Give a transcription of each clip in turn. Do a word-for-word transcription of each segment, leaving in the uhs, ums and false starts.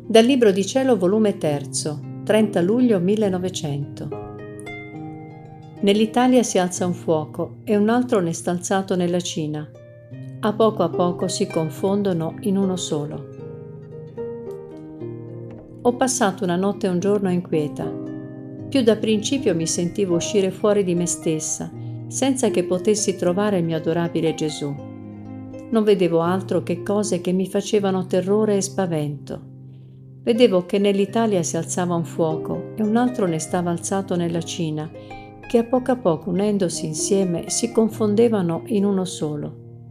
Dal Libro di Cielo, volume terzo, trenta luglio millenovecento. Nell'Italia si alza un fuoco e un altro ne sta alzato nella Cina. A poco a poco si confondono in uno solo. Ho passato una notte e un giorno inquieta. Più da principio mi sentivo uscire fuori di me stessa, senza che potessi trovare il mio adorabile Gesù. Non vedevo altro che cose che mi facevano terrore e spavento. Vedevo che nell'Italia si alzava un fuoco e un altro ne stava alzato nella Cina, che a poco a poco, unendosi insieme, si confondevano in uno solo.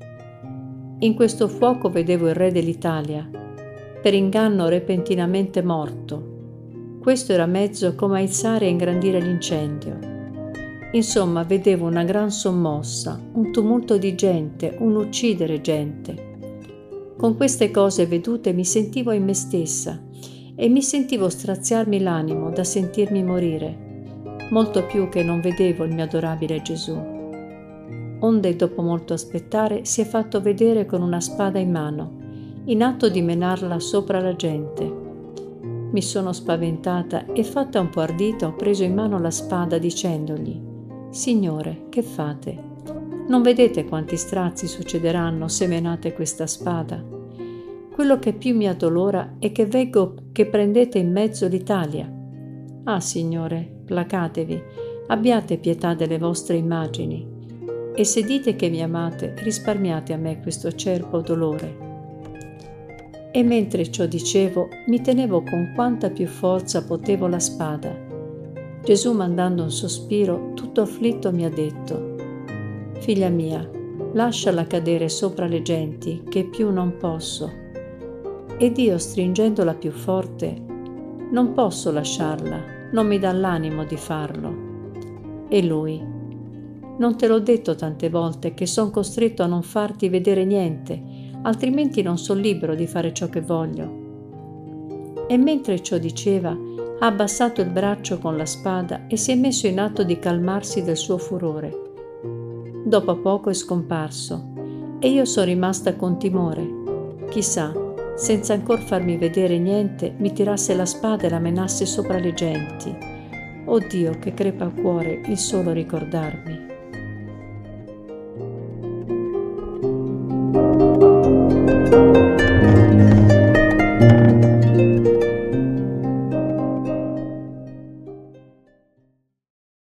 In questo fuoco vedevo il re dell'Italia, per inganno repentinamente morto. Questo era mezzo come aizzare e ingrandire l'incendio. Insomma, vedevo una gran sommossa, un tumulto di gente, un uccidere gente. Con queste cose vedute mi sentivo in me stessa e mi sentivo straziarmi l'animo da sentirmi morire, molto più che non vedevo il mio adorabile Gesù. Onde, dopo molto aspettare, si è fatto vedere con una spada in mano, in atto di menarla sopra la gente. Mi sono spaventata e, fatta un po' ardita, ho preso in mano la spada dicendogli: «Signore, che fate? Non vedete quanti strazi succederanno se menate questa spada? Quello che più mi addolora è che veggo che prendete in mezzo l'Italia. Ah, Signore, placatevi, abbiate pietà delle vostre immagini, e se dite che mi amate, risparmiate a me questo acerbo dolore». E mentre ciò dicevo, mi tenevo con quanta più forza potevo la spada. Gesù, mandando un sospiro, tutto afflitto, mi ha detto: «Figlia mia, lasciala cadere sopra le genti, che più non posso». Ed io, stringendola più forte: «Non posso lasciarla, non mi dà l'animo di farlo». E lui: «Non te l'ho detto tante volte che son costretto a non farti vedere niente, altrimenti non son libero di fare ciò che voglio». E mentre ciò diceva, ha abbassato il braccio con la spada e si è messo in atto di calmarsi del suo furore. Dopo a poco è scomparso e io sono rimasta con timore. Chissà, senza ancor farmi vedere niente, mi tirasse la spada e la menasse sopra le genti. Oh Dio, che crepa cuore il solo ricordarmi.